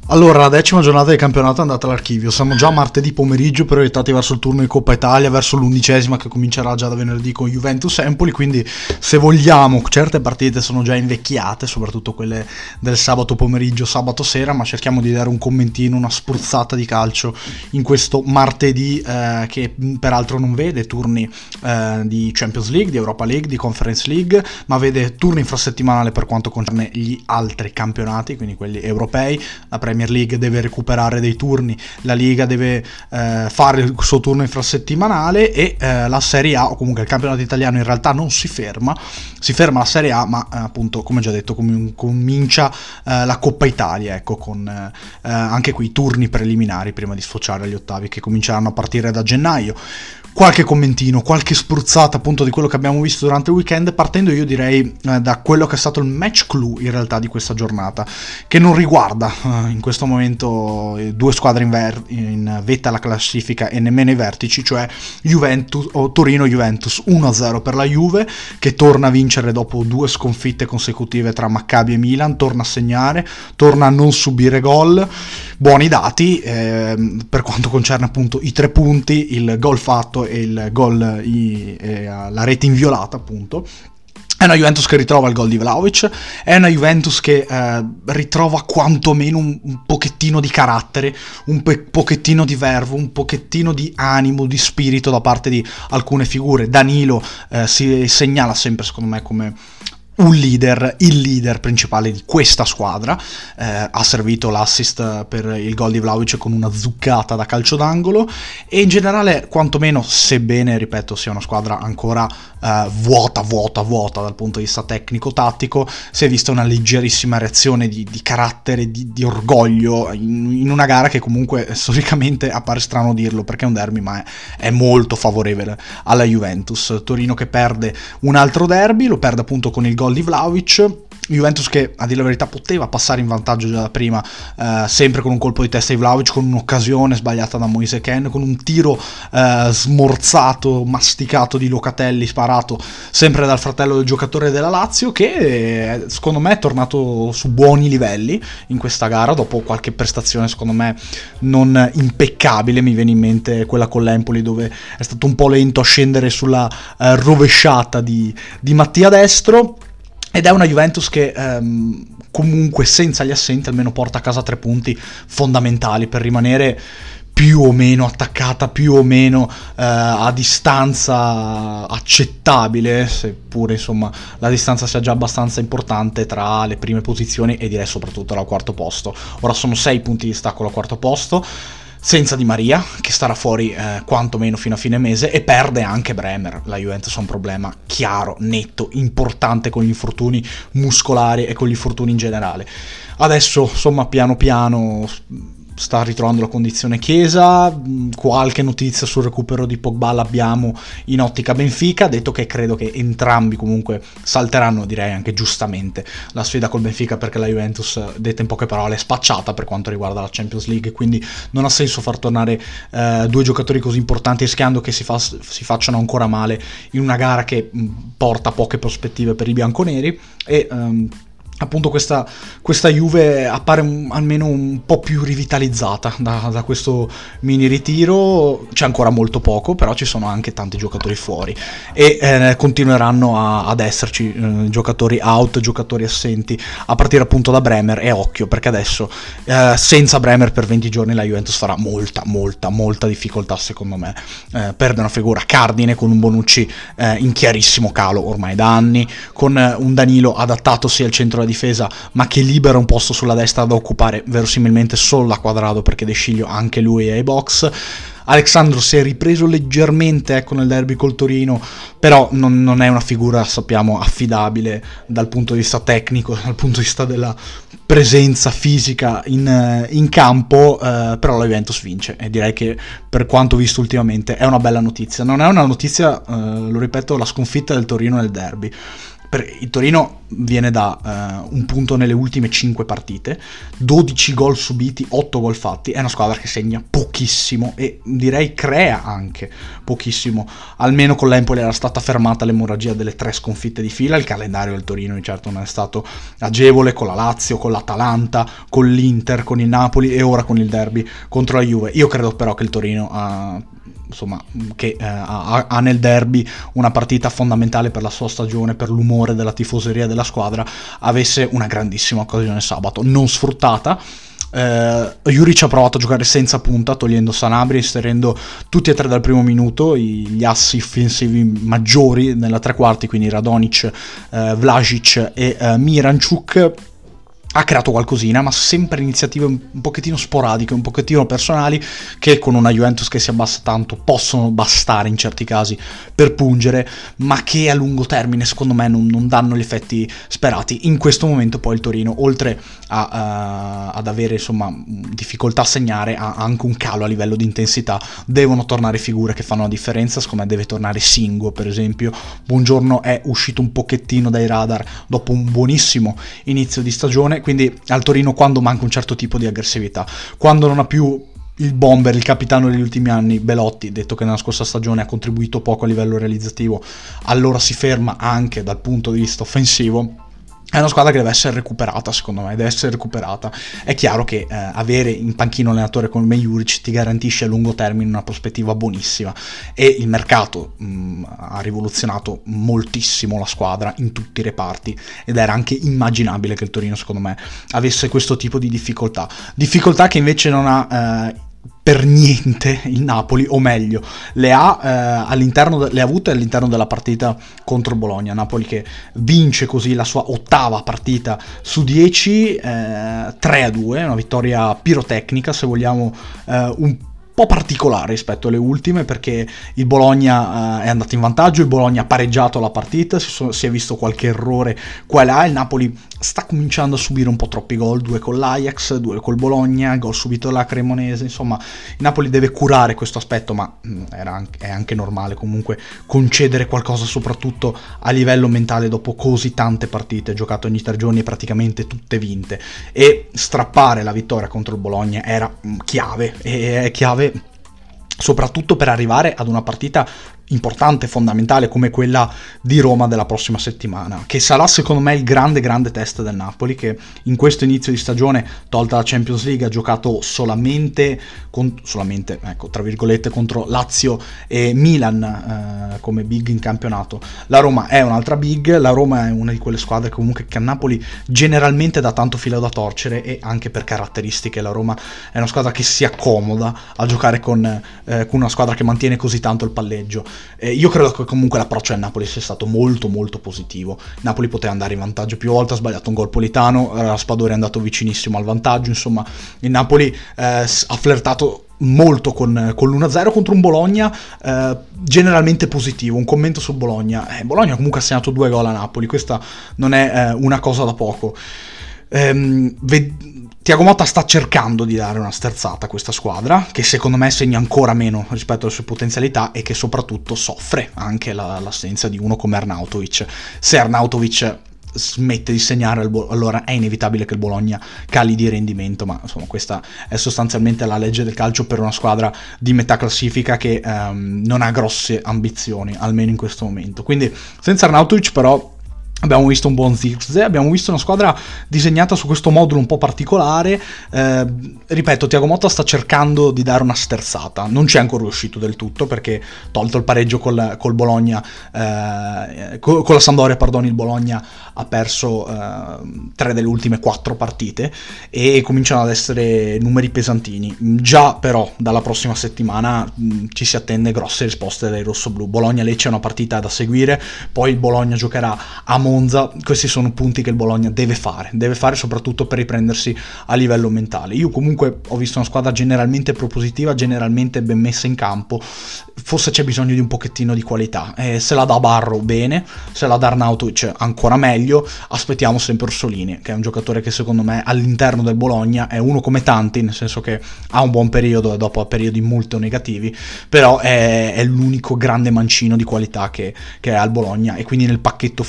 Allora, la 10ª giornata del campionato è andata all'archivio. Siamo già martedì pomeriggio, proiettati verso il turno di Coppa Italia, verso l'11ª che comincerà già da venerdì con Juventus-Empoli. Quindi, se vogliamo, certe partite sono già invecchiate, soprattutto quelle del sabato pomeriggio, sabato sera. Ma cerchiamo di dare un commentino, una spruzzata di calcio in questo martedì, che peraltro non vede turni di Champions League, di Europa League, di Conference League, ma vede turni infrasettimanale per quanto concerne gli altri campionati, quindi quelli europei. La Premier League deve recuperare dei turni, la Liga deve fare il suo turno infrasettimanale e la Serie A, o comunque il campionato italiano, in realtà non si ferma la Serie A, ma appunto, come già detto, comincia la Coppa Italia, ecco, con anche quei turni preliminari prima di sfociare agli ottavi che cominceranno a partire da gennaio. Qualche commentino, qualche spruzzata appunto di quello che abbiamo visto durante il weekend, partendo io direi da quello che è stato il match clou in realtà di questa giornata, che non riguarda in questo momento due squadre in vetta alla classifica e nemmeno i vertici, cioè Torino-Juventus 1-0 per la Juve, che torna a vincere dopo 2 sconfitte consecutive tra Maccabi e Milan, torna a segnare, torna a non subire gol. Buoni dati per quanto concerne appunto i 3 punti, il gol fatto e il gol, la rete inviolata appunto. È una Juventus che ritrova il gol di Vlahovic, è una Juventus che ritrova quantomeno un pochettino di carattere, un pochettino di verve, un pochettino di animo, di spirito da parte di alcune figure. Danilo si segnala sempre, secondo me, come un leader, il leader principale di questa squadra. Ha servito l'assist per il gol di Vlahovic con una zuccata da calcio d'angolo, e in generale, quantomeno, sebbene, ripeto, sia una squadra ancora vuota dal punto di vista tecnico-tattico, si è vista una leggerissima reazione di carattere, di orgoglio in una gara che comunque storicamente appare strano dirlo perché è un derby, ma è molto favorevole alla Juventus. Torino che perde un altro derby, lo perde appunto con il gol di Vlahovic. Juventus che, a dire la verità, poteva passare in vantaggio già da prima, sempre con un colpo di testa di Vlahovic, con un'occasione sbagliata da Moise Kean, con un tiro smorzato, masticato di Locatelli, sparato sempre dal fratello del giocatore della Lazio, che secondo me è tornato su buoni livelli in questa gara dopo qualche prestazione secondo me non impeccabile. Mi viene in mente quella con l'Empoli, dove è stato un po' lento a scendere sulla rovesciata di Mattia Destro. Ed è una Juventus che comunque, senza gli assenti, almeno porta a casa 3 punti fondamentali per rimanere più o meno attaccata, più o meno a distanza accettabile, seppure insomma la distanza sia già abbastanza importante tra le prime posizioni e direi soprattutto al quarto posto. Ora sono 6 punti di stacco al quarto posto, senza Di Maria, che starà fuori quantomeno fino a fine mese, e perde anche Bremer. La Juventus ha un problema chiaro, netto, importante con gli infortuni muscolari e con gli infortuni in generale. Adesso, insomma, piano piano sta ritrovando la condizione Chiesa. Qualche notizia sul recupero di Pogba l'abbiamo in ottica Benfica, detto che credo che entrambi comunque salteranno, direi anche giustamente, la sfida col Benfica, perché la Juventus, detta in poche parole, è spacciata per quanto riguarda la Champions League, quindi non ha senso far tornare 2 giocatori così importanti rischiando che si facciano ancora male in una gara che porta poche prospettive per i bianconeri. E appunto questa Juve appare almeno un po' più rivitalizzata da questo mini ritiro. C'è ancora molto poco, però ci sono anche tanti giocatori fuori e continueranno ad esserci giocatori out, giocatori assenti, a partire appunto da Bremer. E occhio, perché adesso senza Bremer per 20 giorni la Juventus farà molta difficoltà, secondo me. Perde una figura cardine con un Bonucci in chiarissimo calo ormai da anni, con un Danilo adattatosi al centro della difesa ma che libera un posto sulla destra da occupare verosimilmente solo da Quadrado, perché De Sciglio anche lui è ai box. Alexandro si è ripreso leggermente nel derby col Torino, però non è una figura, sappiamo, affidabile dal punto di vista tecnico, dal punto di vista della presenza fisica in campo, però la Juventus vince e direi che, per quanto visto ultimamente, è una bella notizia. Non è una notizia, lo ripeto, la sconfitta del Torino nel derby, il Torino viene da un punto nelle ultime 5 partite, 12 gol subiti, 8 gol fatti. È una squadra che segna pochissimo e direi crea anche pochissimo. Almeno con l'Empoli era stata fermata l'emorragia delle 3 sconfitte di fila. Il calendario del Torino di certo non è stato agevole, con la Lazio, con l'Atalanta, con l'Inter, con il Napoli e ora con il derby contro la Juve. Io credo però che il Torino ha nel derby una partita fondamentale per la sua stagione, per l'umore della tifoseria della squadra, avesse una grandissima occasione sabato non sfruttata. Juric ha provato a giocare senza punta, togliendo Sanabria, inserendo tutti e 3 dal primo minuto gli assi offensivi maggiori nella tre quarti, quindi Radonic, Vlasic e Miranchuk. Ha creato qualcosina, ma sempre iniziative un pochettino sporadiche, un pochettino personali, che con una Juventus che si abbassa tanto possono bastare in certi casi per pungere, ma che a lungo termine secondo me non danno gli effetti sperati. In questo momento poi il Torino, oltre ad avere insomma difficoltà a segnare, ha anche un calo a livello di intensità. Devono tornare figure che fanno la differenza, secondo me deve tornare Singo per esempio. Buongiorno è uscito un pochettino dai radar dopo un buonissimo inizio di stagione, quindi al Torino, quando manca un certo tipo di aggressività, quando non ha più il bomber, il capitano degli ultimi anni, Belotti, detto che nella scorsa stagione ha contribuito poco a livello realizzativo, allora si ferma anche dal punto di vista offensivo. È una squadra che deve essere recuperata, secondo me, deve essere recuperata. È chiaro che avere in panchino un allenatore come Juric ti garantisce a lungo termine una prospettiva buonissima, e il mercato ha rivoluzionato moltissimo la squadra in tutti i reparti, ed era anche immaginabile che il Torino, secondo me, avesse questo tipo di difficoltà che invece non ha per niente il Napoli, o meglio le ha avute all'interno della partita contro Bologna. Napoli che vince così la sua 8ª partita su 10, 3-2, una vittoria pirotecnica se vogliamo, un po' particolare rispetto alle ultime, perché il Bologna è andato in vantaggio, il Bologna ha pareggiato la partita, si è visto qualche errore qua e là, il Napoli sta cominciando a subire un po' troppi gol, 2 con l'Ajax, 2 col Bologna, gol subito dalla Cremonese. Insomma, il Napoli deve curare questo aspetto, ma è anche normale comunque concedere qualcosa, soprattutto a livello mentale, dopo così tante partite giocate ogni 3 giorni e praticamente tutte vinte, e strappare la vittoria contro il Bologna era chiave, e è chiave soprattutto per arrivare ad una partita importante, fondamentale, come quella di Roma della prossima settimana, che sarà secondo me il grande test del Napoli, che in questo inizio di stagione, tolta la Champions League, ha giocato solamente ecco, tra virgolette, contro Lazio e Milan come big in campionato. La Roma è un'altra big, la Roma è una di quelle squadre comunque che a Napoli generalmente dà tanto filo da torcere, e anche per caratteristiche la Roma è una squadra che si accomoda a giocare con una squadra che mantiene così tanto il palleggio. Io credo che comunque l'approccio del Napoli sia stato molto positivo. Napoli poteva andare in vantaggio più volte, ha sbagliato un gol Politano, Raspadori è andato vicinissimo al vantaggio. Insomma, il Napoli ha flirtato molto con l'1-0 contro un Bologna generalmente positivo. Un commento su Bologna: Bologna comunque ha segnato 2 gol a Napoli, questa non è una cosa da poco. Thiago Motta sta cercando di dare una sterzata a questa squadra, che secondo me segna ancora meno rispetto alle sue potenzialità, e che soprattutto soffre anche l'assenza di uno come Arnautovic. Se Arnautovic smette di segnare, allora è inevitabile che il Bologna cali di rendimento, ma insomma questa è sostanzialmente la legge del calcio per una squadra di metà classifica che non ha grosse ambizioni, almeno in questo momento. Quindi senza Arnautovic però abbiamo visto un buon Zirkzee, abbiamo visto una squadra disegnata su questo modulo un po' particolare. Ripeto, Thiago Motta sta cercando di dare una sterzata, non c'è ancora riuscito del tutto, perché tolto il pareggio col Bologna, con la Sampdoria, il Bologna ha perso 3 delle ultime 4 partite, e cominciano ad essere numeri pesantini. Già però dalla prossima settimana ci si attende grosse risposte dai rossoblù. Bologna-Lecce è una partita da seguire, poi il Bologna giocherà a Monza. Questi sono punti che il Bologna deve fare soprattutto per riprendersi a livello mentale. Io comunque ho visto una squadra generalmente propositiva, generalmente ben messa in campo. Forse c'è bisogno di un pochettino di qualità, se la dà Barro bene, se la dà Arnautovic ancora meglio. Aspettiamo sempre Orsolini, che è un giocatore che secondo me all'interno del Bologna è uno come tanti, nel senso che ha un buon periodo e dopo ha periodi molto negativi, però è l'unico grande mancino di qualità che è al Bologna, e quindi nel pacchetto offensivo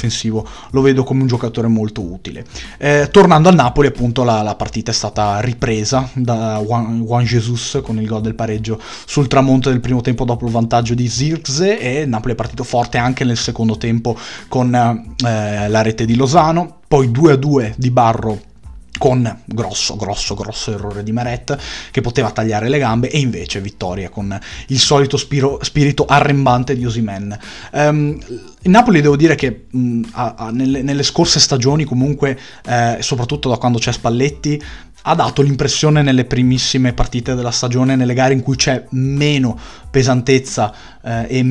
lo vedo come un giocatore molto utile. Tornando al Napoli, appunto, la partita è stata ripresa da Juan Jesus con il gol del pareggio sul tramonto del primo tempo dopo il vantaggio di Zirkzee, e il Napoli è partito forte anche nel secondo tempo con la rete di Lozano, poi 2-2 di Barro con grosso errore di Meret che poteva tagliare le gambe, e invece vittoria con il solito spirito arrembante di Osimhen. Il Napoli, devo dire che nelle scorse stagioni comunque, soprattutto da quando c'è Spalletti, ha dato l'impressione nelle primissime partite della stagione, nelle gare in cui c'è meno pesantezza e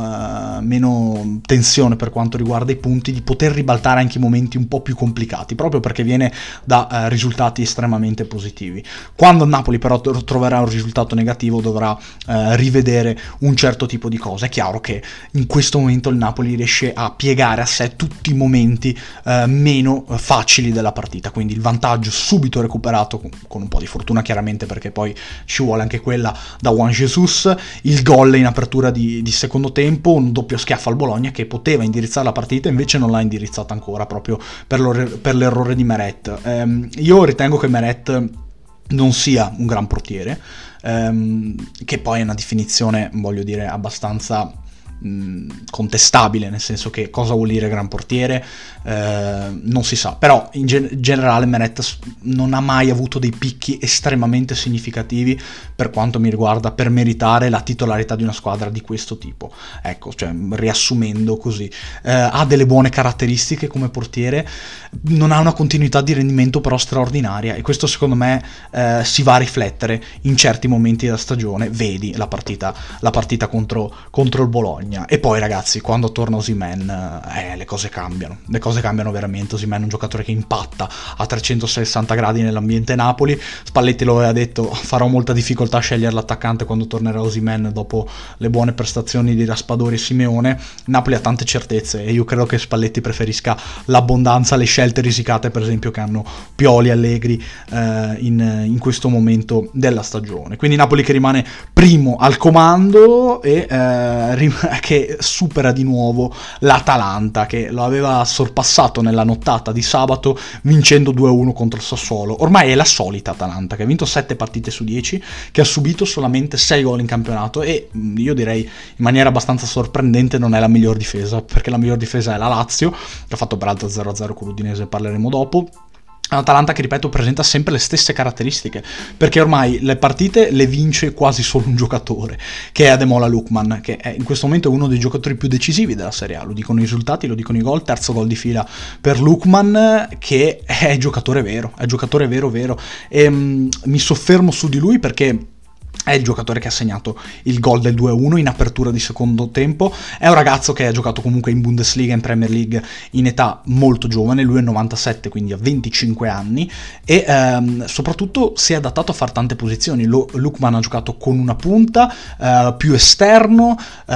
meno tensione per quanto riguarda i punti, di poter ribaltare anche i momenti un po' più complicati, proprio perché viene da risultati estremamente positivi. Quando il Napoli però troverà un risultato negativo, dovrà rivedere un certo tipo di cose. È chiaro che in questo momento il Napoli riesce a piegare a sé tutti i momenti meno facili della partita, quindi il vantaggio subito recuperato con un po' di fortuna chiaramente, perché poi ci vuole anche quella da Juan Jesus, il gol in apertura di secondo tempo, un doppio schiaffo al Bologna che poteva indirizzare la partita, invece non l'ha indirizzata ancora, proprio per l'errore di Meret. Io ritengo che Meret non sia un gran portiere, che poi è una definizione, voglio dire, abbastanza contestabile, nel senso che cosa vuol dire gran portiere non si sa, però in generale Meret non ha mai avuto dei picchi estremamente significativi per quanto mi riguarda per meritare la titolarità di una squadra di questo tipo. Ecco, cioè, riassumendo così, ha delle buone caratteristiche come portiere, non ha una continuità di rendimento però straordinaria, e questo secondo me si va a riflettere in certi momenti della stagione. Vedi la partita contro il Bologna. E poi, ragazzi, quando torna Osimhen le cose cambiano veramente. Osimhen è un giocatore che impatta a 360 gradi nell'ambiente Napoli. Spalletti lo aveva detto: farò molta difficoltà a scegliere l'attaccante quando tornerà Osimhen dopo le buone prestazioni di Raspadori e Simeone. Napoli ha tante certezze, e io credo che Spalletti preferisca l'abbondanza alle scelte risicate, per esempio, che hanno Pioli, Allegri in questo momento della stagione. Quindi Napoli che rimane primo al comando e che supera di nuovo l'Atalanta, che lo aveva sorpassato nella nottata di sabato vincendo 2-1 contro il Sassuolo. Ormai è la solita Atalanta, che ha vinto 7 partite su 10, che ha subito solamente 6 gol in campionato, e io direi in maniera abbastanza sorprendente non è la miglior difesa, perché la miglior difesa è la Lazio, che ha fatto peraltro 0-0 con l'Udinese, parleremo dopo. L'Atalanta che, ripeto, presenta sempre le stesse caratteristiche, perché ormai le partite le vince quasi solo un giocatore, che è Ademola Lookman, che è in questo momento uno dei giocatori più decisivi della Serie A. Lo dicono i risultati, lo dicono i gol. Terzo gol di fila per Lookman, che è giocatore vero, vero. E mi soffermo su di lui perché è il giocatore che ha segnato il gol del 2-1 in apertura di secondo tempo. È un ragazzo che ha giocato comunque in Bundesliga, in Premier League, in età molto giovane. Lui è 97, quindi ha 25 anni, e soprattutto si è adattato a fare tante posizioni. Lookman ha giocato con una punta, più esterno,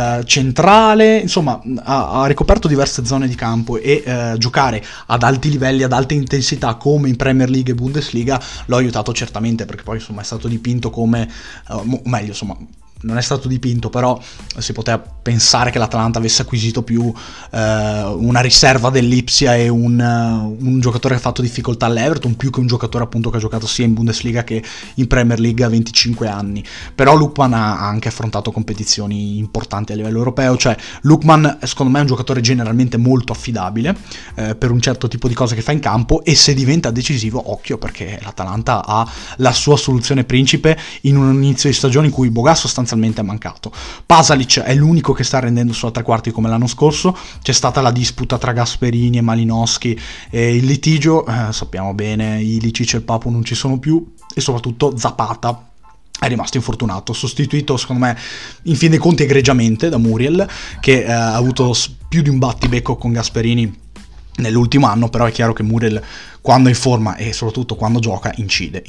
centrale, insomma ha ricoperto diverse zone di campo, e giocare ad alti livelli, ad alta intensità come in Premier League e Bundesliga lo ha aiutato certamente, perché poi insomma è stato dipinto come meglio, insomma, non è stato dipinto, però si poteva pensare che l'Atalanta avesse acquisito più una riserva dell'Ipsia e un giocatore che ha fatto difficoltà all'Everton, più che un giocatore appunto che ha giocato sia in Bundesliga che in Premier League a 25 anni. Però Lookman ha anche affrontato competizioni importanti a livello europeo. Cioè, Lookman secondo me è un giocatore generalmente molto affidabile per un certo tipo di cose che fa in campo, e se diventa decisivo, occhio, perché l'Atalanta ha la sua soluzione principe in un inizio di stagione in cui Boga sostanzialmente è mancato. Pasalic è l'unico che sta rendendo solo a tre quarti come l'anno scorso. C'è stata la disputa tra Gasperini e Malinowski, e il litigio, sappiamo bene, i Ilicic e il Papu non ci sono più, e soprattutto Zapata è rimasto infortunato, sostituito secondo me in fin dei conti egregiamente da Muriel, che ha avuto più di un battibecco con Gasperini nell'ultimo anno. Però è chiaro che Muriel, quando è in forma e soprattutto quando gioca, incide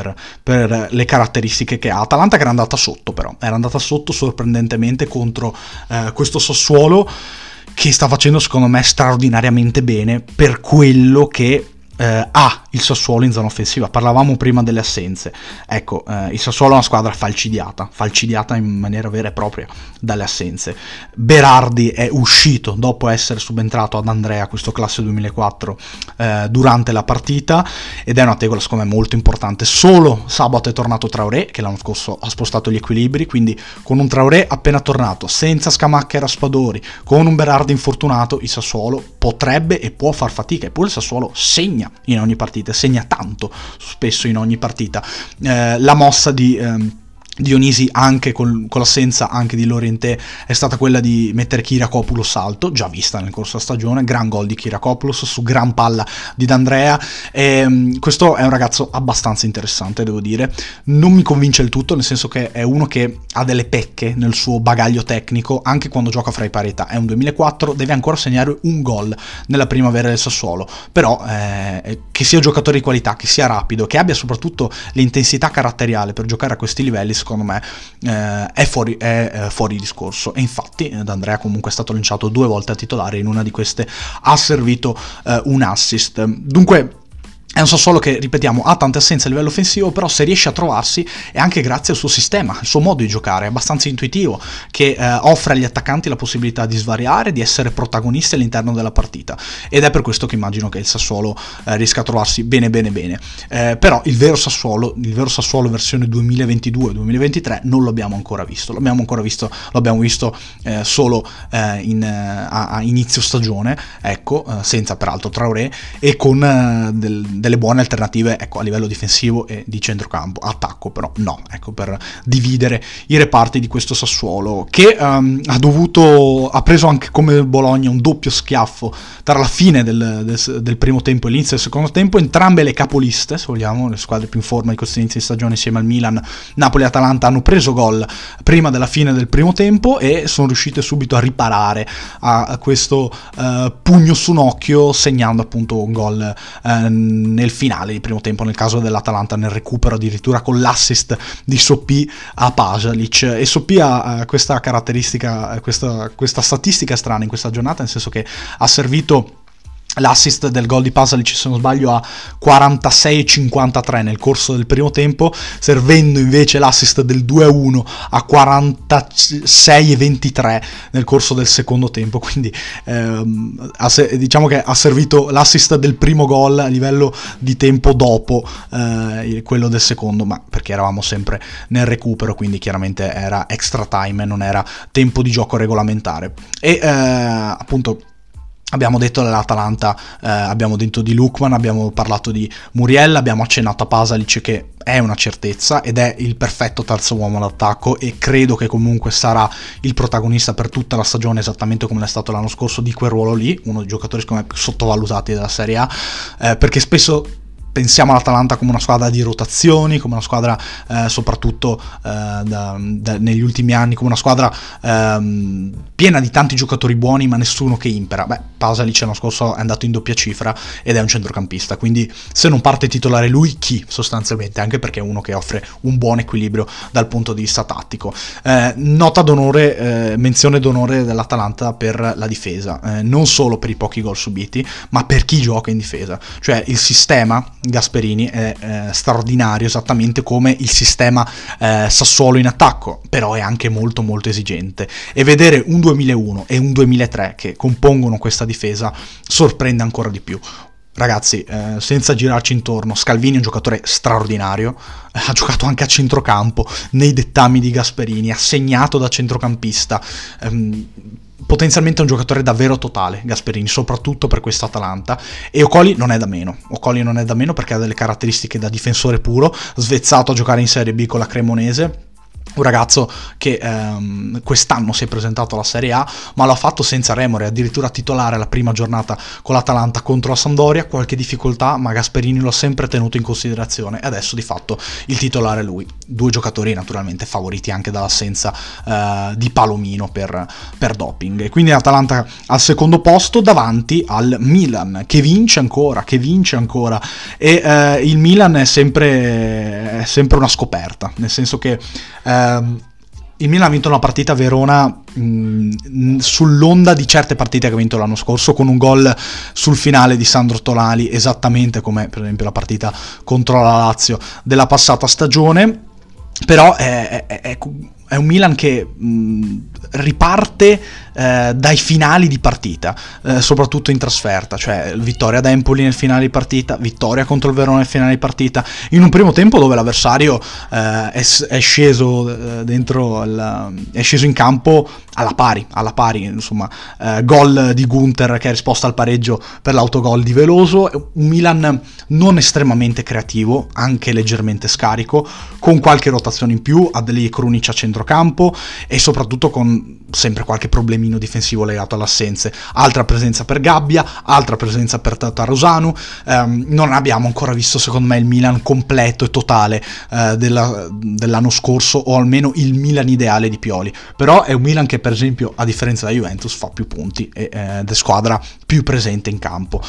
per le caratteristiche che ha. Atalanta che era andata sotto sorprendentemente contro questo Sassuolo, che sta facendo secondo me straordinariamente bene per quello che ha il Sassuolo in zona offensiva. Parlavamo prima delle assenze, ecco, il Sassuolo è una squadra falcidiata in maniera vera e propria dalle assenze. Berardi è uscito dopo essere subentrato ad Andrea, questo classe 2004, durante la partita, ed è una tegola secondo me molto importante. Solo sabato è tornato Traoré, che l'anno scorso ha spostato gli equilibri, quindi con un Traoré appena tornato, senza Scamacca e Raspadori, con un Berardi infortunato, il Sassuolo potrebbe e può far fatica, eppure il Sassuolo segna in ogni partita, segna tanto spesso in ogni partita. La mossa di Dionisi, anche con l'assenza anche di Lorientè, è stata quella di mettere Kyriakopoulos alto, già vista nel corso della stagione. Gran gol di Kyriakopoulos su gran palla di D'Andrea. Questo è un ragazzo abbastanza interessante, devo dire. Non mi convince il tutto, nel senso che è uno che ha delle pecche nel suo bagaglio tecnico, anche quando gioca fra i pari età. È un 2004, deve ancora segnare un gol nella primavera del Sassuolo, però che sia giocatore di qualità, che sia rapido, che abbia soprattutto l'intensità caratteriale per giocare a questi livelli, secondo me è fuori discorso. E infatti D'Andrea comunque è stato lanciato 2 volte a titolare, in una di queste ha servito un assist. Dunque è un Sassuolo che, ripetiamo, ha tante assenze a livello offensivo, però se riesce a trovarsi è anche grazie al suo sistema, al suo modo di giocare, è abbastanza intuitivo, che offre agli attaccanti la possibilità di svariare, di essere protagonisti all'interno della partita, ed è per questo che immagino che il Sassuolo riesca a trovarsi bene. Però il vero Sassuolo versione 2022-2023 non l'abbiamo ancora visto, l'abbiamo visto solo a inizio stagione, ecco, senza peraltro Traoré, e con delle buone alternative, ecco, a livello difensivo e di centrocampo. Attacco però no, ecco, per dividere i reparti di questo Sassuolo, che ha preso anche come il Bologna un doppio schiaffo tra la fine del primo tempo e l'inizio del secondo tempo. Entrambe le capoliste, se vogliamo, le squadre più in forma di questo inizio di stagione insieme al Milan, Napoli e Atalanta, hanno preso gol prima della fine del primo tempo e sono riuscite subito a riparare a questo pugno su un occhio, segnando appunto un gol nel finale di primo tempo, nel caso dell'Atalanta nel recupero, addirittura con l'assist di Soppi a Pasalic. E Soppi ha questa caratteristica, questa statistica strana in questa giornata, nel senso che ha servito l'assist del gol di Pasalic, se non sbaglio, a 46,53 nel corso del primo tempo, servendo invece l'assist del 2-1 a 46,23 nel corso del secondo tempo. Quindi diciamo che ha servito l'assist del primo gol a livello di tempo dopo quello del secondo, ma perché eravamo sempre nel recupero, quindi chiaramente era extra time e non era tempo di gioco regolamentare. E appunto abbiamo detto dell'Atalanta, abbiamo detto di Lookman, abbiamo parlato di Muriel, abbiamo accennato a Pasalic, che è una certezza ed è il perfetto terzo uomo d'attacco, e credo che comunque sarà il protagonista per tutta la stagione, esattamente come è stato l'anno scorso, di quel ruolo lì, uno dei giocatori secondo me più sottovalutati della Serie A, perché spesso pensiamo all'Atalanta come una squadra di rotazioni, come una squadra soprattutto negli ultimi anni, come una squadra piena di tanti giocatori buoni ma nessuno che impera. Beh, Pasalic l'anno scorso è andato in doppia cifra ed è un centrocampista, quindi se non parte titolare lui, chi sostanzialmente? Anche perché è uno che offre un buon equilibrio dal punto di vista tattico. Nota d'onore, menzione d'onore dell'Atalanta per la difesa, non solo per i pochi gol subiti, ma per chi gioca in difesa. Cioè il sistema Gasperini è straordinario, esattamente come il sistema Sassuolo in attacco, però è anche molto molto esigente, e vedere un 2001 e un 2003 che compongono questa difesa sorprende ancora di più. Ragazzi, senza girarci intorno, Scalvini è un giocatore straordinario, ha giocato anche a centrocampo nei dettami di Gasperini, ha segnato da centrocampista, potenzialmente è un giocatore davvero totale Gasperini, soprattutto per questa Atalanta. E Okoli non è da meno perché ha delle caratteristiche da difensore puro, svezzato a giocare in Serie B con la Cremonese, un ragazzo che quest'anno si è presentato alla Serie A, ma l'ha fatto senza remore, addirittura titolare la prima giornata con l'Atalanta contro la Sampdoria, qualche difficoltà, ma Gasperini lo ha sempre tenuto in considerazione, e adesso di fatto il titolare è lui. Due giocatori naturalmente favoriti anche dall'assenza di Palomino per doping, e quindi l'Atalanta al secondo posto davanti al Milan, che vince ancora, e il Milan è sempre una scoperta, nel senso che il Milan ha vinto una partita a Verona sull'onda di certe partite che ha vinto l'anno scorso, con un gol sul finale di Sandro Tonali, esattamente come per esempio la partita contro la Lazio della passata stagione. Però è un Milan che riparte dai finali di partita, soprattutto in trasferta, cioè vittoria da Empoli nel finale di partita, vittoria contro il Verona nel finale di partita, in un primo tempo dove l'avversario è sceso è sceso in campo alla pari, insomma, gol di Gunther che ha risposto al pareggio per l'autogol di Veloso, un Milan non estremamente creativo, anche leggermente scarico, con qualche rotazione in più, Adli e Krunic a centrocampo e soprattutto con sempre qualche problemino difensivo legato alle assenze, altra presenza per Gabbia, altra presenza per Tatarusanu. Non abbiamo ancora visto secondo me il Milan completo e totale dell'anno scorso, o almeno il Milan ideale di Pioli, però è un Milan che per esempio a differenza della Juventus fa più punti ed è squadra più presente in campo.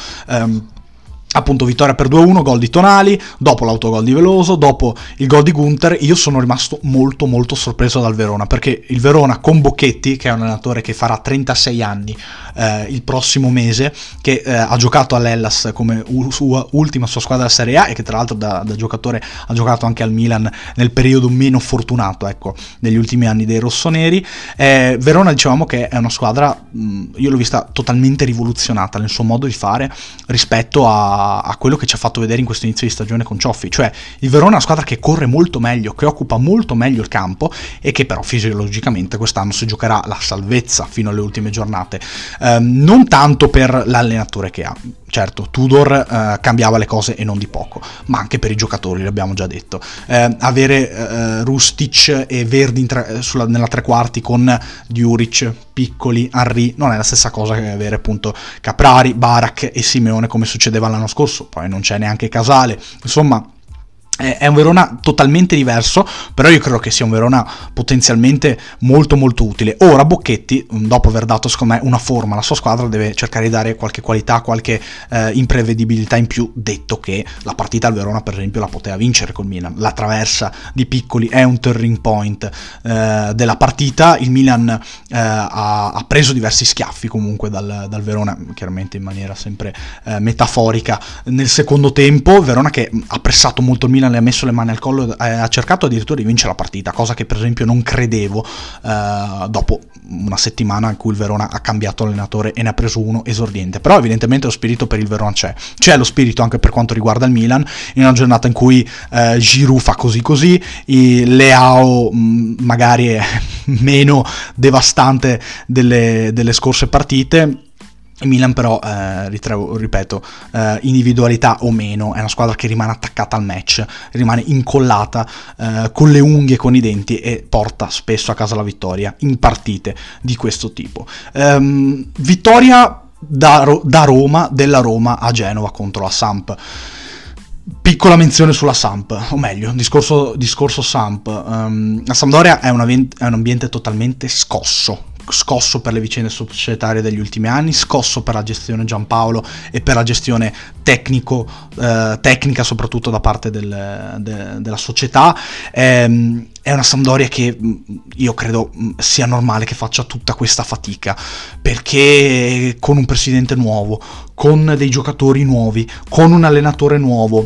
Appunto vittoria per 2-1, gol di Tonali, dopo l'autogol di Veloso, dopo il gol di Gunther. Io sono rimasto molto molto sorpreso dal Verona, perché il Verona con Bocchetti, che è un allenatore che farà 36 anni il prossimo mese, che ha giocato all'Hellas come ultima sua squadra della Serie A e che tra l'altro da giocatore ha giocato anche al Milan nel periodo meno fortunato, ecco, negli ultimi anni dei rossoneri. Verona, dicevamo che è una squadra, io l'ho vista totalmente rivoluzionata nel suo modo di fare rispetto a quello che ci ha fatto vedere in questo inizio di stagione con Cioffi. Cioè il Verona è una squadra che corre molto meglio, che occupa molto meglio il campo e che però fisiologicamente quest'anno si giocherà la salvezza fino alle ultime giornate, non tanto per l'allenatore che ha. Certo, Tudor cambiava le cose e non di poco, ma anche per i giocatori, l'abbiamo già detto. Avere Rustic e Verdi nella tre quarti con Djuric, Piccoli, Henry non è la stessa cosa che avere appunto Caprari, Barak e Simeone come succedeva l'anno scorso. Poi non c'è neanche Casale, insomma è un Verona totalmente diverso, però io credo che sia un Verona potenzialmente molto molto utile. Ora Bocchetti, dopo aver dato secondo me una forma alla sua squadra, deve cercare di dare qualche qualità, qualche imprevedibilità in più, detto che la partita al Verona per esempio la poteva vincere col Milan. La traversa di Piccoli è un turning point della partita. Il Milan ha preso diversi schiaffi comunque dal Verona, chiaramente in maniera sempre metaforica nel secondo tempo. Verona che ha pressato molto il Milan, le ha messo le mani al collo, ha cercato addirittura di vincere la partita, cosa che per esempio non credevo dopo una settimana in cui il Verona ha cambiato allenatore e ne ha preso uno esordiente. Però evidentemente lo spirito per il Verona c'è lo spirito anche per quanto riguarda il Milan, in una giornata in cui Giroud fa così, Leao magari è meno devastante delle scorse partite. Il Milan però, ripeto, individualità o meno, è una squadra che rimane attaccata al match, rimane incollata con le unghie e con i denti e porta spesso a casa la vittoria in partite di questo tipo. Vittoria da Roma, della Roma a Genova contro la Samp. Piccola menzione sulla Samp, o meglio, discorso Samp. La Sampdoria è un ambiente totalmente scosso per le vicende societarie degli ultimi anni, scosso per la gestione Giampaolo e per la gestione tecnica soprattutto da parte della società. È una Sampdoria che io credo sia normale che faccia tutta questa fatica, perché con un presidente nuovo, con dei giocatori nuovi, con un allenatore nuovo,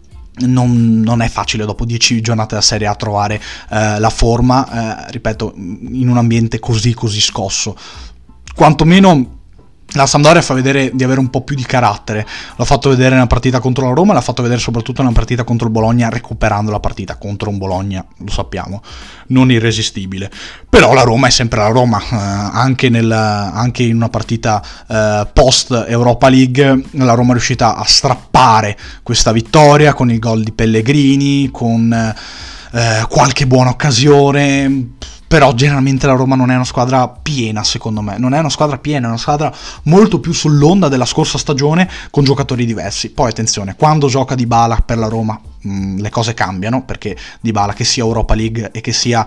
non è facile dopo 10 giornate da Serie A trovare la forma, ripeto, in un ambiente così scosso. Quantomeno la Sampdoria fa vedere di avere un po' più di carattere. L'ha fatto vedere nella partita contro la Roma, l'ha fatto vedere soprattutto nella partita contro il Bologna, recuperando la partita contro un Bologna, lo sappiamo, non irresistibile. Però la Roma è sempre la Roma, anche in una partita post Europa League la Roma è riuscita a strappare questa vittoria con il gol di Pellegrini, con qualche buona occasione. Però generalmente la Roma non è una squadra piena, secondo me. Non è una squadra piena, è una squadra molto più sull'onda della scorsa stagione, con giocatori diversi. Poi attenzione, quando gioca Dybala per la Roma le cose cambiano, perché Dybala, che sia Europa League e che sia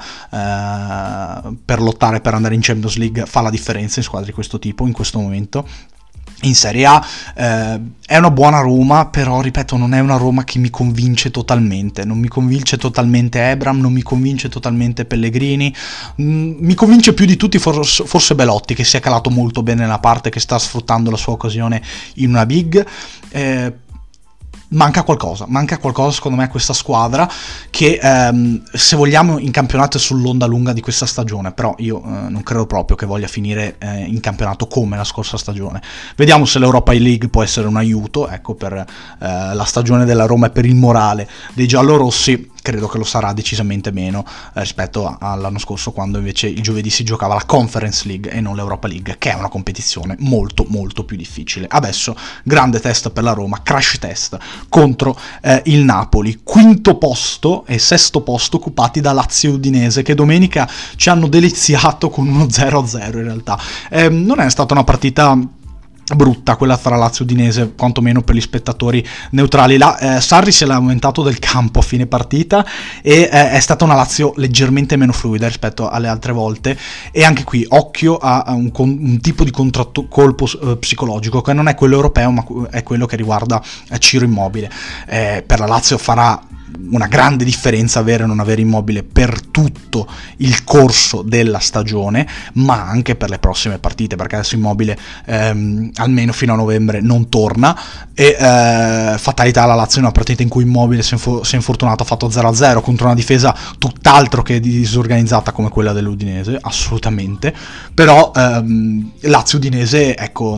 per lottare per andare in Champions League, fa la differenza in squadre di questo tipo in questo momento. in Serie A. È una buona Roma, però ripeto, non è una Roma che mi convince totalmente. Non mi convince totalmente Ebram, non mi convince totalmente Pellegrini. Mi convince più di tutti forse Belotti, che si è calato molto bene nella parte, che sta sfruttando la sua occasione in una big. Manca qualcosa secondo me a questa squadra, che se vogliamo in campionato è sull'onda lunga di questa stagione, però io non credo proprio che voglia finire in campionato come la scorsa stagione. Vediamo se l'Europa League può essere un aiuto, ecco, per la stagione della Roma e per il morale dei giallorossi. Credo che lo sarà decisamente meno rispetto all'anno scorso, quando invece il giovedì si giocava la Conference League e non l'Europa League, che è una competizione molto molto più difficile. Adesso grande test per la Roma, crash test contro il Napoli, quinto posto e sesto posto occupati da Lazio e Udinese, che domenica ci hanno deliziato con uno 0-0 in realtà. Non è stata una partita brutta quella fra Lazio e Udinese, quantomeno per gli spettatori neutrali. Sarri si è lamentato del campo a fine partita e è stata una Lazio leggermente meno fluida rispetto alle altre volte, e anche qui occhio a un tipo di contraccolpo psicologico che non è quello europeo, ma è quello che riguarda Ciro Immobile. Per la Lazio farà una grande differenza avere o non avere Immobile per tutto il corso della stagione, ma anche per le prossime partite, perché adesso Immobile almeno fino a novembre non torna, e fatalità la Lazio in una partita in cui Immobile si è infortunato, ha fatto 0-0 contro una difesa tutt'altro che disorganizzata come quella dell'Udinese, assolutamente. Però Lazio-Udinese, ecco,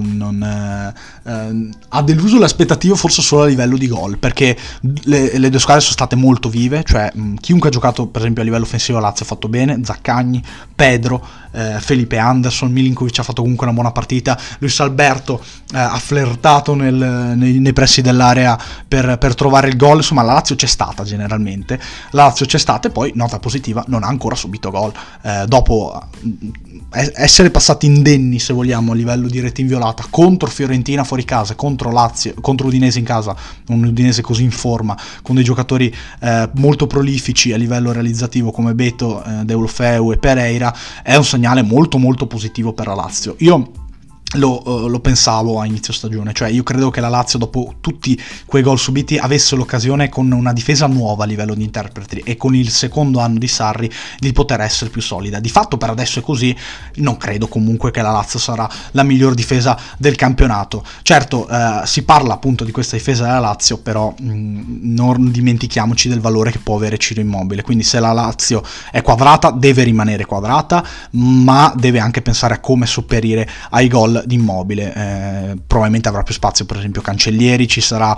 ha deluso le aspettative forse solo a livello di gol, perché le due squadre sono state molto vive, cioè chiunque ha giocato per esempio a livello offensivo Lazio ha fatto bene, Zaccagni, Pedro, Felipe Anderson, Milinkovic ha fatto comunque una buona partita, Luis Alberto ha flirtato nei pressi dell'area per trovare il gol. Insomma, la Lazio c'è stata generalmente, e poi nota positiva, non ha ancora subito gol dopo essere passati indenni, se vogliamo, a livello di rete inviolata contro Fiorentina fuori casa, contro Lazio, contro Udinese in casa, un Udinese così in forma, con dei giocatori molto prolifici a livello realizzativo come Beto, Deulofeu e Pereira. È un segnale molto molto positivo per la Lazio. Io lo pensavo a inizio stagione, cioè io credo che la Lazio, dopo tutti quei gol subiti, avesse l'occasione, con una difesa nuova a livello di interpreti e con il secondo anno di Sarri, di poter essere più solida. Di fatto per adesso è così. Non credo comunque che la Lazio sarà la miglior difesa del campionato. Certo, si parla appunto di questa difesa della Lazio, però non dimentichiamoci del valore che può avere Ciro Immobile. Quindi se la Lazio è quadrata, deve rimanere quadrata, ma deve anche pensare a come sopperire ai gol di Immobile. Probabilmente avrà più spazio, per esempio Cancellieri, ci sarà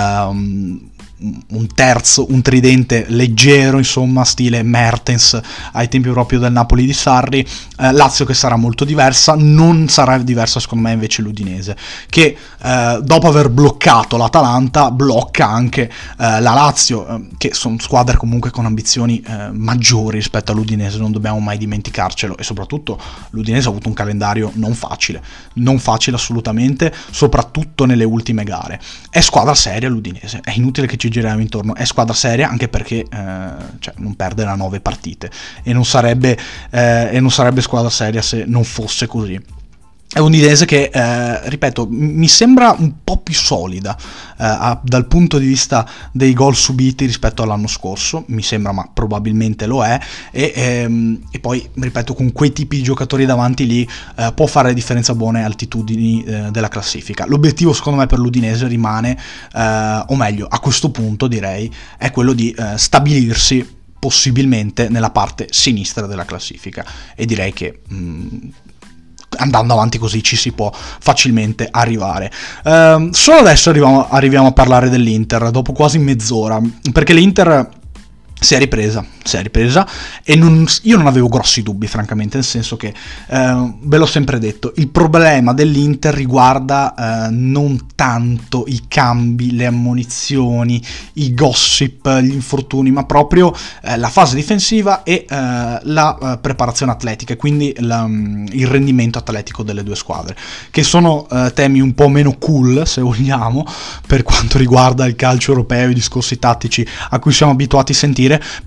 un tridente leggero, insomma, stile Mertens ai tempi proprio del Napoli di Sarri. Lazio che sarà molto diversa. Non sarà diversa secondo me invece l'Udinese, che dopo aver bloccato l'Atalanta blocca anche la Lazio, che sono squadre comunque con ambizioni maggiori rispetto all'Udinese, non dobbiamo mai dimenticarcelo. E soprattutto l'Udinese ha avuto un calendario non facile assolutamente, soprattutto nelle ultime gare. È squadra seria l'Udinese, è inutile che ci giriamo intorno, è squadra seria, anche perché cioè, non perde da 9 partite, e non sarebbe squadra seria se non fosse così. È un Udinese che, ripeto, mi sembra un po' più solida dal punto di vista dei gol subiti rispetto all'anno scorso, mi sembra, ma probabilmente lo è, e poi, ripeto, con quei tipi di giocatori davanti lì può fare differenza a buone altitudini della classifica. L'obiettivo secondo me per l'Udinese rimane, o meglio, a questo punto direi, è quello di stabilirsi possibilmente nella parte sinistra della classifica, e direi che andando avanti così ci si può facilmente arrivare. Solo adesso arriviamo a parlare dell'Inter, dopo quasi mezz'ora, perché l'Inter si è ripresa e io non avevo grossi dubbi, francamente, nel senso che ve l'ho sempre detto, il problema dell'Inter riguarda non tanto i cambi, le ammonizioni, i gossip, gli infortuni, ma proprio la fase difensiva e la preparazione atletica, e quindi il rendimento atletico delle due squadre, che sono temi un po' meno cool, se vogliamo, per quanto riguarda il calcio europeo, i discorsi tattici a cui siamo abituati a sentire, però alla fine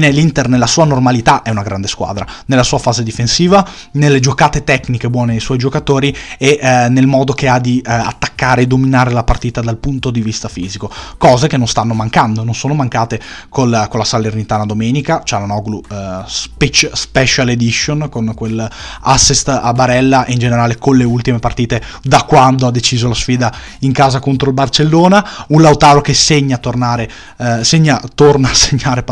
fine l'Inter nella sua normalità è una grande squadra, nella sua fase difensiva, nelle giocate tecniche buone dei suoi giocatori e nel modo che ha di attaccare e dominare la partita dal punto di vista fisico, cose che non stanno mancando, non sono mancate con la Salernitana domenica. Çalhanoğlu Special Edition con quel assist a Barella e in generale con le ultime partite da quando ha deciso la sfida in casa contro il Barcellona. Un Lautaro che torna a segnare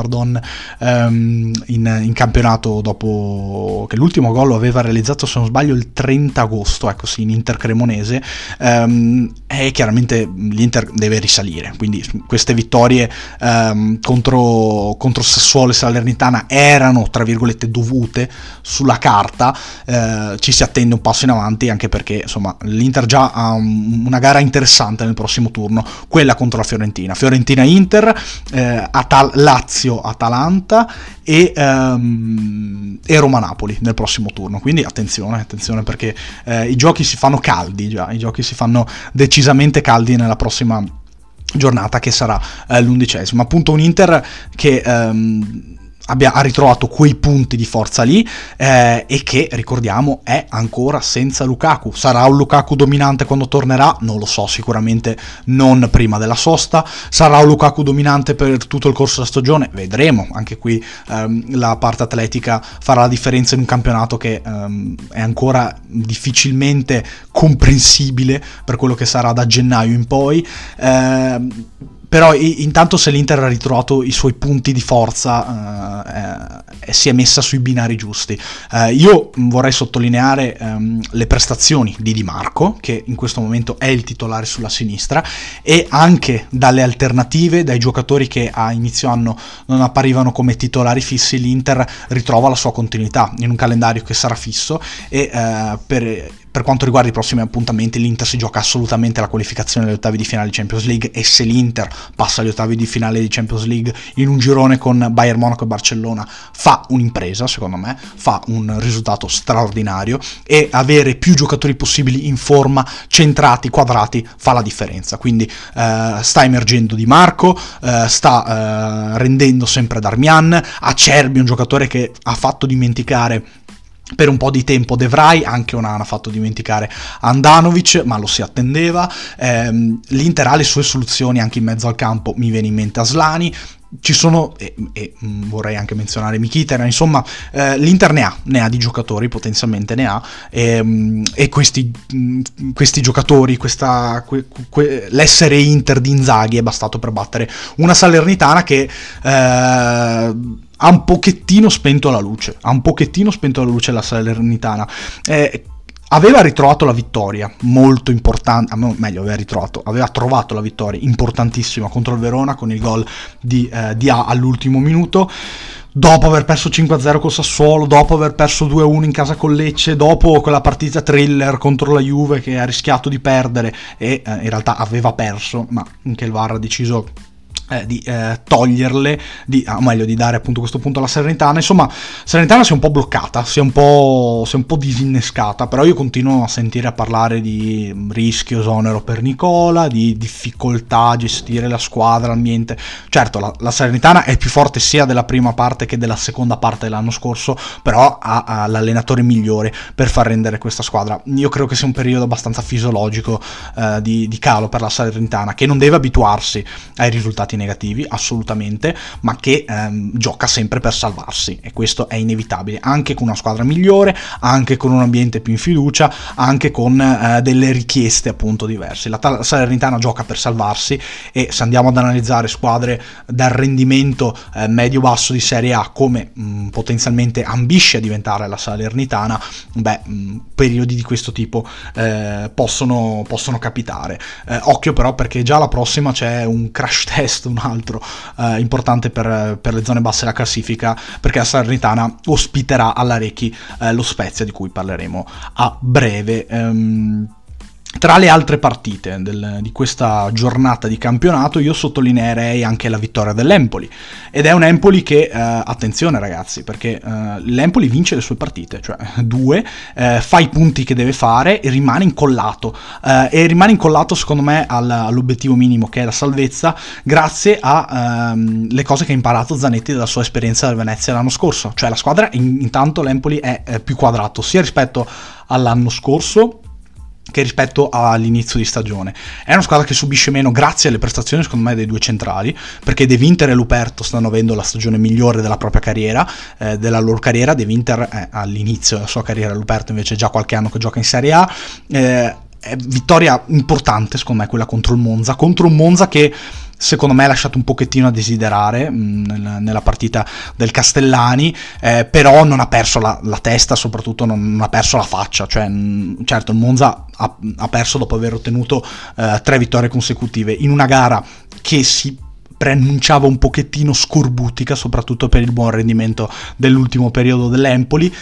in campionato dopo che l'ultimo gol lo aveva realizzato, se non sbaglio, il 30 agosto, ecco sì, in Inter Cremonese. E chiaramente l'Inter deve risalire, quindi queste vittorie contro Sassuolo e Salernitana erano tra virgolette dovute sulla carta. Ci si attende un passo in avanti, anche perché insomma l'Inter già ha una gara interessante nel prossimo turno, quella contro la Fiorentina-Inter, Lazio-Atalanta e Roma-Napoli nel prossimo turno, quindi attenzione perché i giochi si fanno caldi già, i giochi si fanno decisamente caldi nella prossima giornata, che sarà l'11ª. Appunto un Inter che ha ritrovato quei punti di forza lì e che, ricordiamo, è ancora senza Lukaku. Sarà un Lukaku dominante quando tornerà? Non lo so, sicuramente non prima della sosta. Sarà un Lukaku dominante per tutto il corso della stagione? Vedremo. Anche qui la parte atletica farà la differenza in un campionato che è ancora difficilmente comprensibile per quello che sarà da gennaio in poi. Però intanto, se l'Inter ha ritrovato i suoi punti di forza e si è messa sui binari giusti. Io vorrei sottolineare le prestazioni di Di Marco, che in questo momento è il titolare sulla sinistra, e anche dalle alternative, dai giocatori che a inizio anno non apparivano come titolari fissi, l'Inter ritrova la sua continuità in un calendario che sarà fisso e per quanto riguarda i prossimi appuntamenti, l'Inter si gioca assolutamente la qualificazione agli ottavi di finale di Champions League, e se l'Inter passa agli ottavi di finale di Champions League in un girone con Bayern Monaco e Barcellona, fa un'impresa, secondo me, fa un risultato straordinario, e avere più giocatori possibili in forma, centrati, quadrati, fa la differenza. Quindi sta emergendo Di Marco, sta rendendo sempre Darmian, Acerbi, un giocatore che ha fatto dimenticare per un po' di tempo De Vrij, anche Onana ha fatto dimenticare Andanovic, ma lo si attendeva. L'Inter ha le sue soluzioni anche in mezzo al campo, mi viene in mente Aslani. Ci sono, e vorrei anche menzionare Mkhitaryan, insomma l'Inter ne ha di giocatori, potenzialmente ne ha, e questi giocatori, l'essere Inter di Inzaghi è bastato per battere una Salernitana che ha un pochettino spento la luce la Salernitana. Aveva ritrovato la vittoria molto importante, aveva trovato la vittoria importantissima contro il Verona con il gol di A all'ultimo minuto, dopo aver perso 5-0 col Sassuolo, dopo aver perso 2-1 in casa con Lecce, dopo quella partita thriller contro la Juve che ha rischiato di perdere e in realtà aveva perso, ma anche il VAR ha deciso di toglierle, di dare appunto questo punto alla Salernitana. Insomma, Salernitana si è un po' bloccata, si è un po' disinnescata, però io continuo a sentire parlare di rischio, esonero per Nicola, di difficoltà a gestire la squadra, l'ambiente. Certo, la Salernitana è più forte sia della prima parte che della seconda parte dell'anno scorso, però ha l'allenatore migliore per far rendere questa squadra. Io credo che sia un periodo abbastanza fisiologico di calo per la Salernitana, che non deve abituarsi ai risultati negativi, assolutamente, ma che gioca sempre per salvarsi, e questo è inevitabile, anche con una squadra migliore, anche con un ambiente più in fiducia, anche con delle richieste appunto diverse. La Salernitana gioca per salvarsi, e se andiamo ad analizzare squadre dal rendimento medio-basso di Serie A come potenzialmente ambisce a diventare la Salernitana, periodi di questo tipo possono capitare. Occhio però, perché già la prossima c'è un crash test, un altro importante per le zone basse della classifica, perché la Salernitana ospiterà all'Arechi lo Spezia, di cui parleremo a breve. Tra le altre partite di questa giornata di campionato io sottolineerei anche la vittoria dell'Empoli, ed è un Empoli che, attenzione ragazzi, perché l'Empoli vince le sue partite, cioè 2, fa i punti che deve fare e rimane incollato, secondo me all'obiettivo minimo che è la salvezza, grazie a le cose che ha imparato Zanetti dalla sua esperienza del Venezia l'anno scorso. Cioè la squadra, intanto l'Empoli è più quadrato sia rispetto all'anno scorso che rispetto all'inizio di stagione. È una squadra che subisce meno grazie alle prestazioni secondo me dei due centrali, perché De Winter e Luperto stanno avendo la stagione migliore della propria carriera, della loro carriera. De Winter è all'inizio della sua carriera, Luperto invece è già qualche anno che gioca in Serie A. È vittoria importante secondo me quella contro un Monza che secondo me ha lasciato un pochettino a desiderare nella partita del Castellani, però non ha perso la testa, soprattutto non ha perso la faccia. Cioè, certo, il Monza ha perso dopo aver ottenuto 3 vittorie consecutive in una gara che si preannunciava un pochettino scorbutica, soprattutto per il buon rendimento dell'ultimo periodo dell'Empoli,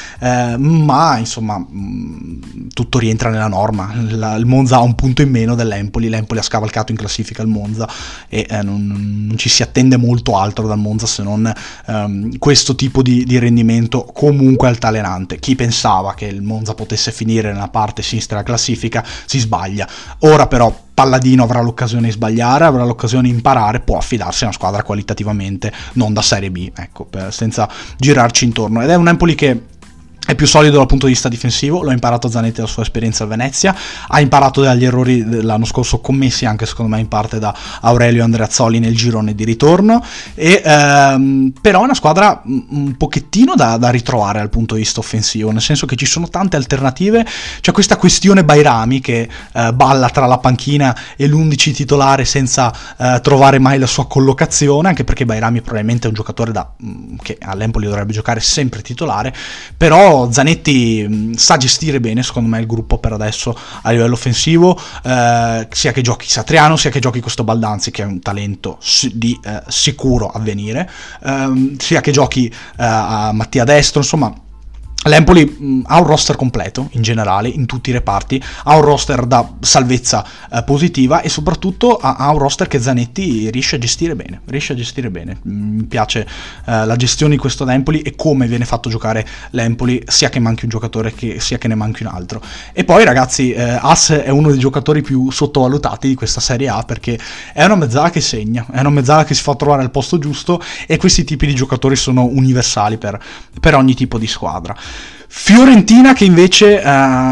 ma insomma tutto rientra nella norma. Il Monza ha un punto in meno dell'Empoli, l'Empoli ha scavalcato in classifica il Monza e non ci si attende molto altro dal Monza se non questo tipo di rendimento comunque altalenante. Chi pensava che il Monza potesse finire nella parte sinistra della classifica si sbaglia. Ora però Palladino avrà l'occasione di sbagliare, avrà l'occasione di imparare, può affidarsi a una squadra qualitativamente non da Serie B, ecco, senza girarci intorno. Ed è un Empoli che è più solido dal punto di vista difensivo, lo ha imparato Zanetti dalla sua esperienza al Venezia, ha imparato dagli errori dell'anno scorso commessi anche secondo me in parte da Aurelio Andreazzoli nel girone di ritorno, e però è una squadra un pochettino da ritrovare dal punto di vista offensivo, nel senso che ci sono tante alternative. C'è questa questione Bairami che balla tra la panchina e l'11 titolare senza trovare mai la sua collocazione, anche perché Bairami probabilmente è un giocatore che all'Empoli dovrebbe giocare sempre titolare, però Zanetti sa gestire bene secondo me il gruppo per adesso a livello offensivo, sia che giochi Satriano sia che giochi questo Baldanzi che è un talento di sicuro avvenire, sia che giochi a Mattia Destro. Insomma, l'Empoli ha un roster completo in generale, in tutti i reparti, ha un roster da salvezza positiva e soprattutto ha un roster che Zanetti riesce a gestire bene, Mi piace la gestione di questo Empoli e come viene fatto giocare l'Empoli, sia che manchi un giocatore sia che ne manchi un altro. E poi ragazzi, As è uno dei giocatori più sottovalutati di questa Serie A, perché è una mezzala che segna, è una mezzala che si fa trovare al posto giusto, e questi tipi di giocatori sono universali per ogni tipo di squadra. Fiorentina che invece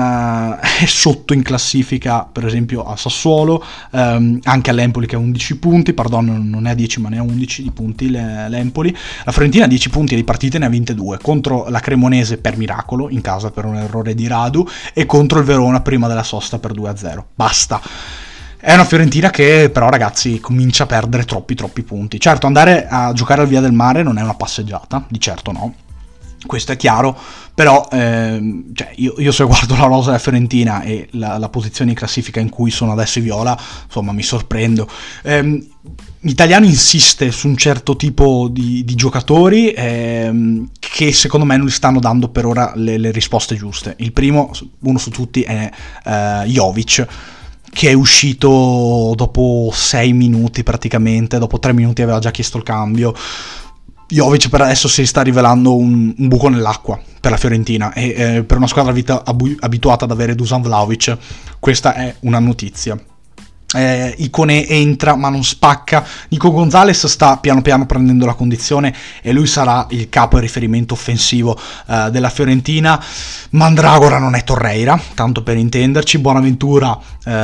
è sotto in classifica, per esempio a Sassuolo, anche all'Empoli che ha 11 punti, non è a 10 ma ne ha 11 di punti l'Empoli. La Fiorentina ha 10 punti e di partite ne ha vinte 2, contro la Cremonese per miracolo, in casa per un errore di Radu, e contro il Verona prima della sosta per 2-0. Basta. È una Fiorentina che però ragazzi comincia a perdere troppi punti. Certo, andare a giocare al Via del Mare non è una passeggiata, di certo no, questo è chiaro, però cioè io se guardo la rosa della Fiorentina e la posizione in classifica in cui sono adesso i viola, insomma mi sorprendo. L'italiano insiste su un certo tipo di giocatori che secondo me non gli stanno dando per ora le risposte giuste. Il primo, uno su tutti, è Jovic, che è uscito dopo 6 minuti praticamente, dopo 3 minuti aveva già chiesto il cambio. Jovic per adesso si sta rivelando un buco nell'acqua per la Fiorentina, e per una squadra abituata ad avere Dusan Vlahovic questa è una notizia. Icone entra ma non spacca. Nico Gonzalez sta piano piano prendendo la condizione e lui sarà il capo e riferimento offensivo della Fiorentina. Mandragora non è Torreira, tanto per intenderci. Bonaventura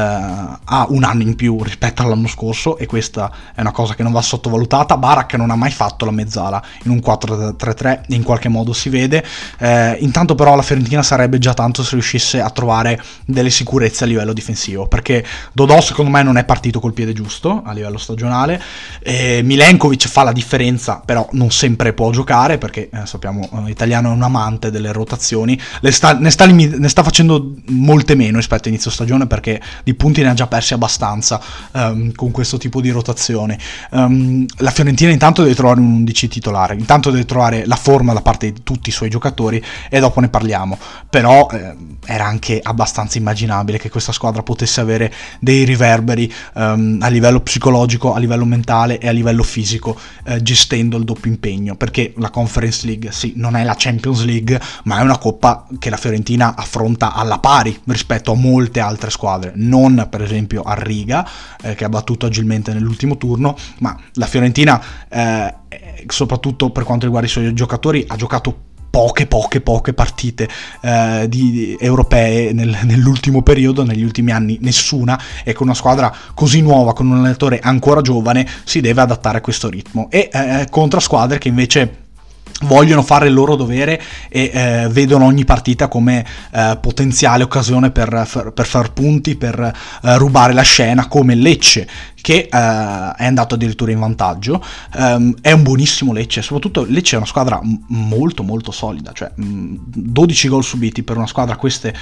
ha un anno in più rispetto all'anno scorso e questa è una cosa che non va sottovalutata. Barak non ha mai fatto la mezzala in un 4-3-3, in qualche modo si vede. Intanto però la Fiorentina sarebbe già tanto se riuscisse a trovare delle sicurezze a livello difensivo, perché Dodò secondo me secondo me non è partito col piede giusto a livello stagionale. Milenkovic fa la differenza, però non sempre può giocare, perché sappiamo l'italiano è un amante delle rotazioni, ne sta facendo molte meno rispetto a inizio stagione, perché di punti ne ha già persi abbastanza con questo tipo di rotazione. La Fiorentina intanto deve trovare un 11 titolare, intanto deve trovare la forma da parte di tutti i suoi giocatori, e dopo ne parliamo. Però era anche abbastanza immaginabile che questa squadra potesse avere dei riverberi a livello psicologico, a livello mentale e a livello fisico, gestendo il doppio impegno, perché la Conference League sì, non è la Champions League, ma è una coppa che la Fiorentina affronta alla pari rispetto a molte altre squadre, non per esempio a Riga, che ha battuto agilmente nell'ultimo turno, ma la Fiorentina soprattutto per quanto riguarda i suoi giocatori ha giocato poche partite europee nell'ultimo periodo, negli ultimi anni nessuna, e con una squadra così nuova, con un allenatore ancora giovane, si deve adattare a questo ritmo, e contro squadre che invece vogliono fare il loro dovere e vedono ogni partita come potenziale occasione per far punti, per rubare la scena, come il Lecce, che è andato addirittura in vantaggio. È un buonissimo Lecce, soprattutto Lecce è una squadra molto solida, cioè 12 gol subiti per una squadra a queste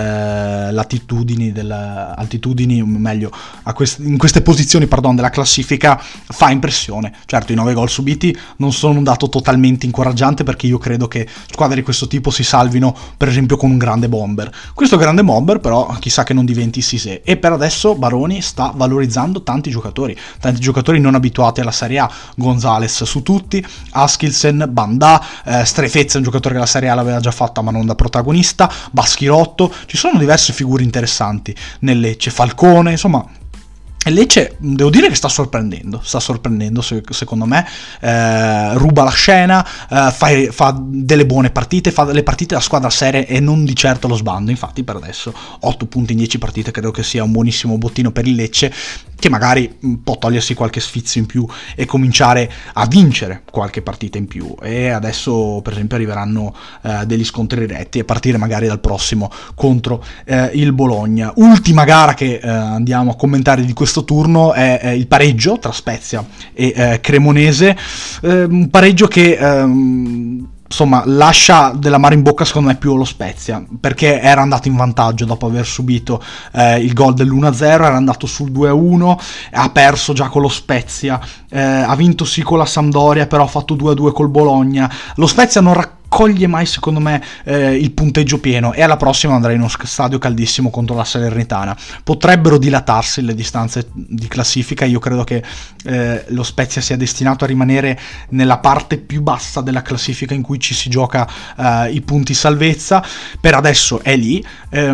altitudini, meglio in queste posizioni, della classifica, fa impressione. Certo, i 9 gol subiti non sono un dato totalmente incoraggiante, perché io credo che squadre di questo tipo si salvino per esempio con un grande bomber. Questo grande bomber però chissà che non diventi Cissé, e per adesso Baroni sta valorizzando tanti giocatori non abituati alla Serie A. Gonzalez su tutti, Askilsen, Bandà, Strefezza è un giocatore che la Serie A l'aveva già fatta ma non da protagonista, Baschirotto, ci sono diverse figure interessanti nel Lecce, Falcone, insomma. Il Lecce, devo dire che sta sorprendendo secondo me, ruba la scena, fa delle buone partite, fa delle partite da squadra seria e non di certo lo sbando. Infatti per adesso 8 punti in 10 partite credo che sia un buonissimo bottino per il Lecce, che magari può togliersi qualche sfizio in più e cominciare a vincere qualche partita in più. E adesso per esempio arriveranno degli scontri diretti, a partire magari dal prossimo contro il Bologna. Ultima gara che andiamo a commentare di questo turno è il pareggio tra Spezia e Cremonese, un pareggio che insomma lascia dell'amaro in bocca secondo me più lo Spezia, perché era andato in vantaggio dopo aver subito il gol dell'1-0, era andato sul 2-1, ha perso già con lo Spezia, ha vinto sì con la Sampdoria, però ha fatto 2-2 col Bologna. Lo Spezia non raccoglie mai secondo me il punteggio pieno, e alla prossima andrà in uno stadio caldissimo contro la Salernitana. Potrebbero dilatarsi le distanze di classifica, io credo che lo Spezia sia destinato a rimanere nella parte più bassa della classifica in cui ci si gioca i punti salvezza. Per adesso è lì,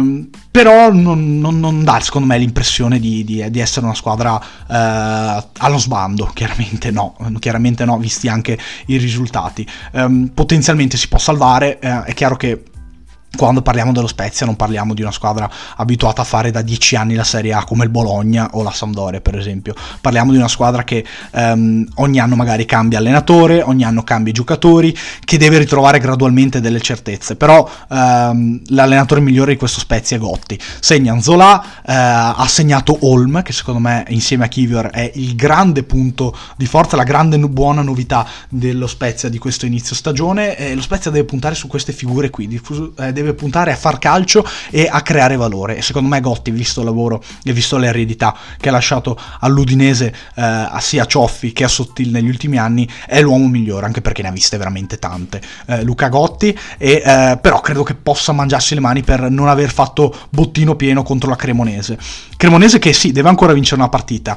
però non dà secondo me l'impressione di essere una squadra allo sbando, chiaramente no, visti anche i risultati. Potenzialmente si può salvare, è chiaro che quando parliamo dello Spezia non parliamo di una squadra abituata a fare da 10 anni la Serie A come il Bologna o la Sampdoria per esempio. Parliamo di una squadra che ogni anno magari cambia allenatore, ogni anno cambia i giocatori, che deve ritrovare gradualmente delle certezze. Però l'allenatore migliore di questo Spezia è Gotti. Segna Nzola, ha segnato Holm, che secondo me insieme a Kivior è il grande punto di forza, la grande buona novità dello Spezia di questo inizio stagione. Lo Spezia deve puntare su queste figure qui, deve puntare a far calcio e a creare valore, e secondo me Gotti, visto il lavoro e visto le eredità che ha lasciato all'Udinese sia a Cioffi che a Sottil negli ultimi anni, è l'uomo migliore, anche perché ne ha viste veramente tante Luca Gotti, e però credo che possa mangiarsi le mani per non aver fatto bottino pieno contro la Cremonese che sì, deve ancora vincere una partita,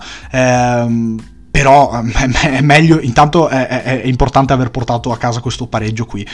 però è meglio, intanto è importante aver portato a casa questo pareggio qui.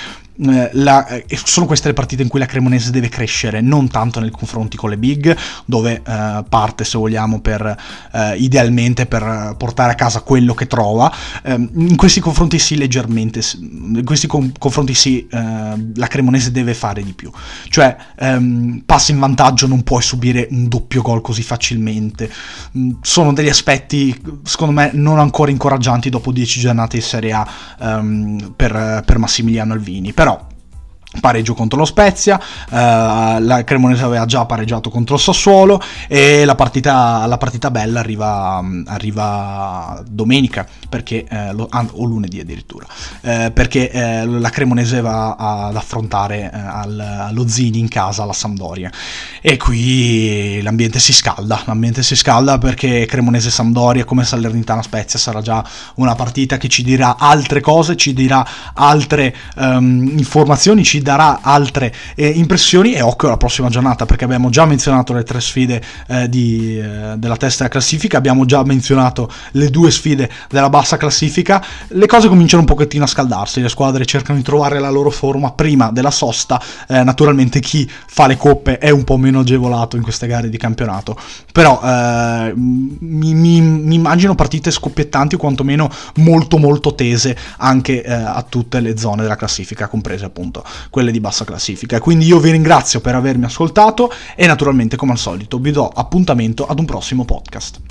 Sono queste le partite in cui la Cremonese deve crescere, non tanto nei confronti con le big, dove parte, se vogliamo, idealmente per portare a casa quello che trova. In questi confronti sì, leggermente, in questi confronti sì, la Cremonese deve fare di più, cioè passi in vantaggio, non puoi subire un doppio gol così facilmente. Sono degli aspetti secondo me non ancora incoraggianti dopo 10 giornate di Serie A per Massimiliano Alvini. Però pareggio contro lo Spezia, la Cremonese aveva già pareggiato contro il Sassuolo e la partita bella arriva domenica, perché, o lunedì addirittura, perché la Cremonese va ad affrontare allo Zini in casa la Sampdoria, e qui l'ambiente si scalda perché Cremonese-Sampdoria come Salernitana-Spezia sarà già una partita che ci dirà altre cose, ci dirà altre informazioni, ci darà altre impressioni. E occhio alla prossima giornata, perché abbiamo già menzionato le 3 sfide della testa della classifica, abbiamo già menzionato le 2 sfide della bassa classifica. Le cose cominciano un pochettino a scaldarsi, le squadre cercano di trovare la loro forma prima della sosta. Naturalmente chi fa le coppe è un po' meno agevolato in queste gare di campionato, però mi immagino partite scoppiettanti o quantomeno molto molto tese anche a tutte le zone della classifica, comprese appunto quelle di bassa classifica. Quindi io vi ringrazio per avermi ascoltato e naturalmente, come al solito, vi do appuntamento ad un prossimo podcast.